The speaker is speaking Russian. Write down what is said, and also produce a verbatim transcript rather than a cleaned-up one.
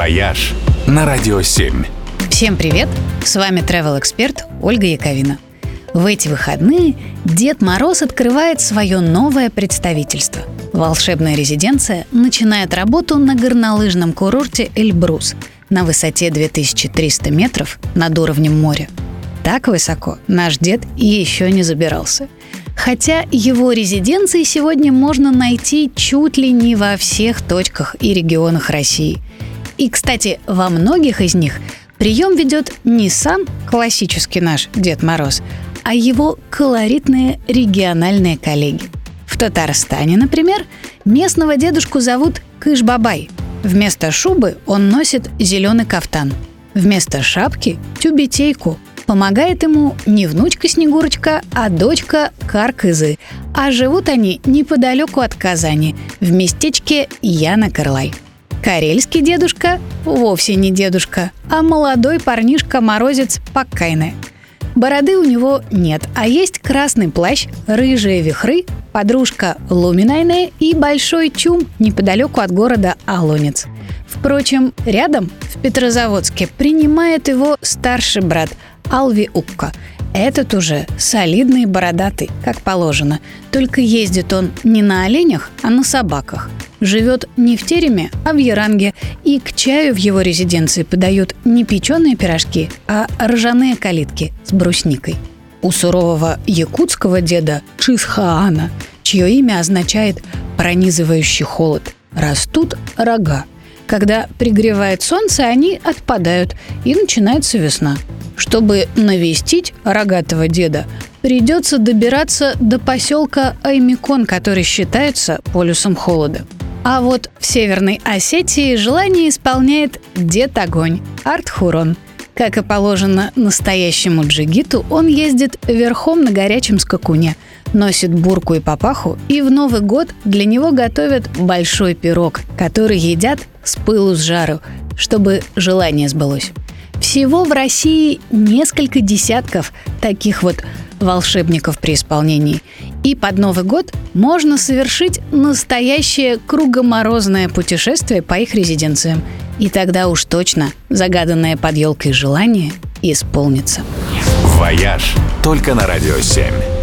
«Вояж» на Радио семь. Всем привет! С вами travel-эксперт Ольга Яковина. В эти выходные Дед Мороз открывает свое новое представительство. Волшебная резиденция начинает работу на горнолыжном курорте Эльбрус на высоте две тысячи триста метров над уровнем моря. Так высоко наш дед еще не забирался. Хотя его резиденции сегодня можно найти чуть ли не во всех точках и регионах России. И, кстати, во многих из них прием ведет не сам классический наш Дед Мороз, а его колоритные региональные коллеги. В Татарстане, например, местного дедушку зовут Кыш-бабай. Вместо шубы он носит зеленый кафтан. Вместо шапки – тюбетейку. Помогает ему не внучка Снегурочка, а дочка Кар-Кызы. А живут они неподалеку от Казани, в местечке Яна-Карлай. Карельский дедушка вовсе не дедушка, а молодой парнишка-морозец Паккайне. Бороды у него нет, а есть красный плащ, рыжие вихры, подружка Луминайне и большой чум неподалеку от города Алонец. Впрочем, рядом, в Петрозаводске, принимает его старший брат Алви Укка. Этот уже солидный и бородатый, как положено. Только ездит он не на оленях, а на собаках. Живет не в тереме, а в Яранге. И к чаю в его резиденции подают не печеные пирожки, а ржаные калитки с брусникой. У сурового якутского деда Чисхаана, чье имя означает «пронизывающий холод», растут рога. Когда пригревает солнце, они отпадают, и начинается весна. Чтобы навестить рогатого деда, придется добираться до поселка Аймикон, который считается полюсом холода. А вот в Северной Осетии желание исполняет Дед Огонь Артхурон. Как и положено настоящему джигиту, он ездит верхом на горячем скакуне, носит бурку и папаху, и в Новый год для него готовят большой пирог, который едят с пылу с жару, чтобы желание сбылось. Всего в России несколько десятков таких вот волшебников при исполнении. И под Новый год можно совершить настоящее кругоморозное путешествие по их резиденциям. И тогда уж точно загаданное под елкой желание исполнится. «Вояж» только на Радио семь.